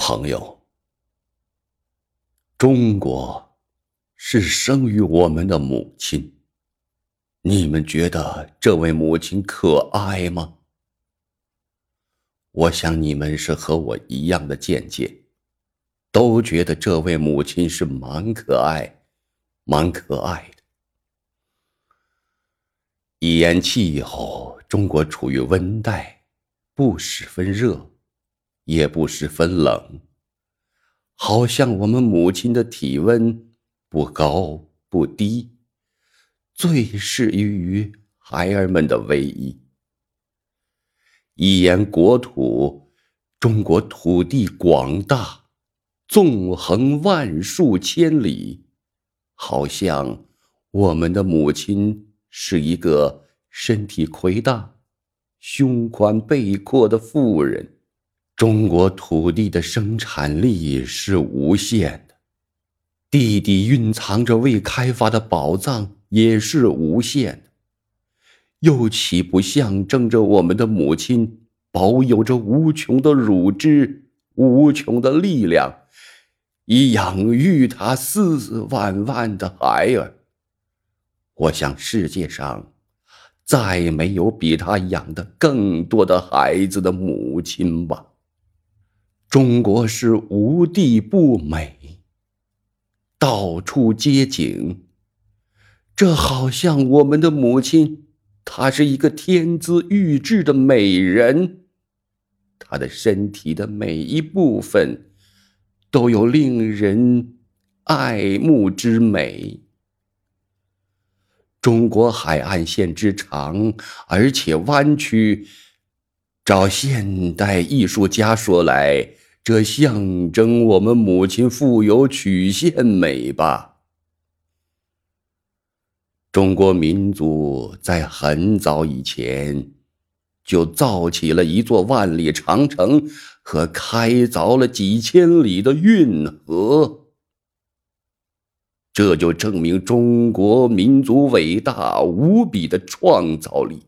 朋友，中国是生育我们的母亲，你们觉得这位母亲可爱吗？我想你们是和我一样的见解，都觉得这位母亲是蛮可爱的。一言气候，中国处于温带，不十分热，也不十分冷，好像我们母亲的体温不高不低，最适于孩儿们的偎依。一言国土，中国土地广大，纵横万数千里，好像我们的母亲是一个身体魁大、胸宽背阔的妇人。中国土地的生产力是无限的，地底蕴藏着未开发的宝藏也是无限的，又岂不象征着我们的母亲保有着无穷的乳汁、无穷的力量，以养育她4万万的孩儿？我想世界上再没有比她养得更多的孩子的母亲吧。中国是无地不美，到处皆景，这好像我们的母亲，她是一个天姿玉质的美人，她的身体的每一部分都有令人爱慕之美。中国海岸线之长，而且弯曲，照现代艺术家说来，这象征我们母亲富有曲线美吧。中国民族在很早以前就造起了一座万里长城和开凿了几千里的运河，这就证明中国民族伟大无比的创造力。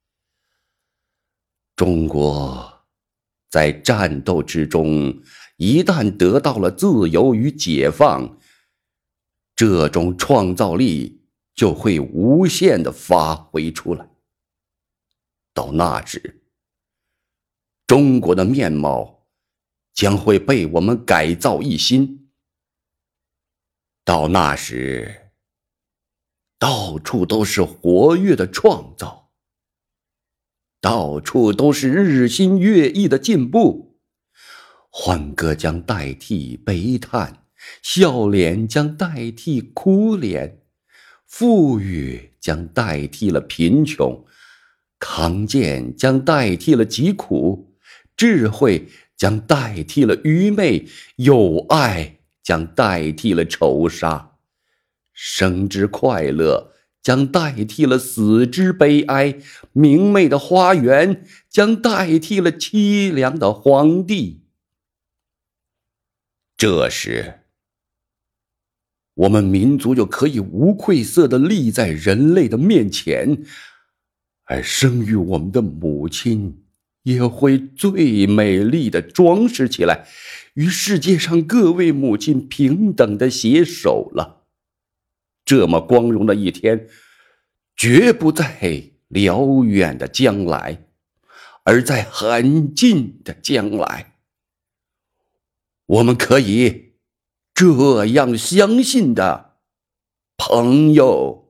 中国在战斗之中，一旦得到了自由与解放，这种创造力就会无限地发挥出来。到那时，中国的面貌将会被我们改造一新。到那时，到处都是活跃的创造，到处都是日新月异的进步。欢歌将代替悲叹，笑脸将代替哭脸，富裕将代替了贫穷，康健将代替了疾苦，智慧将代替了愚昧，友爱将代替了仇杀，生之快乐将代替了死之悲哀，明媚的花园将代替了凄凉的荒地。这时，我们民族就可以无愧色地立在人类的面前，而生育我们的母亲也会最美丽地装饰起来，与世界上各位母亲平等地携手了。这么光荣的一天，绝不在辽远的将来，而在很近的将来。我们可以这样相信的，朋友。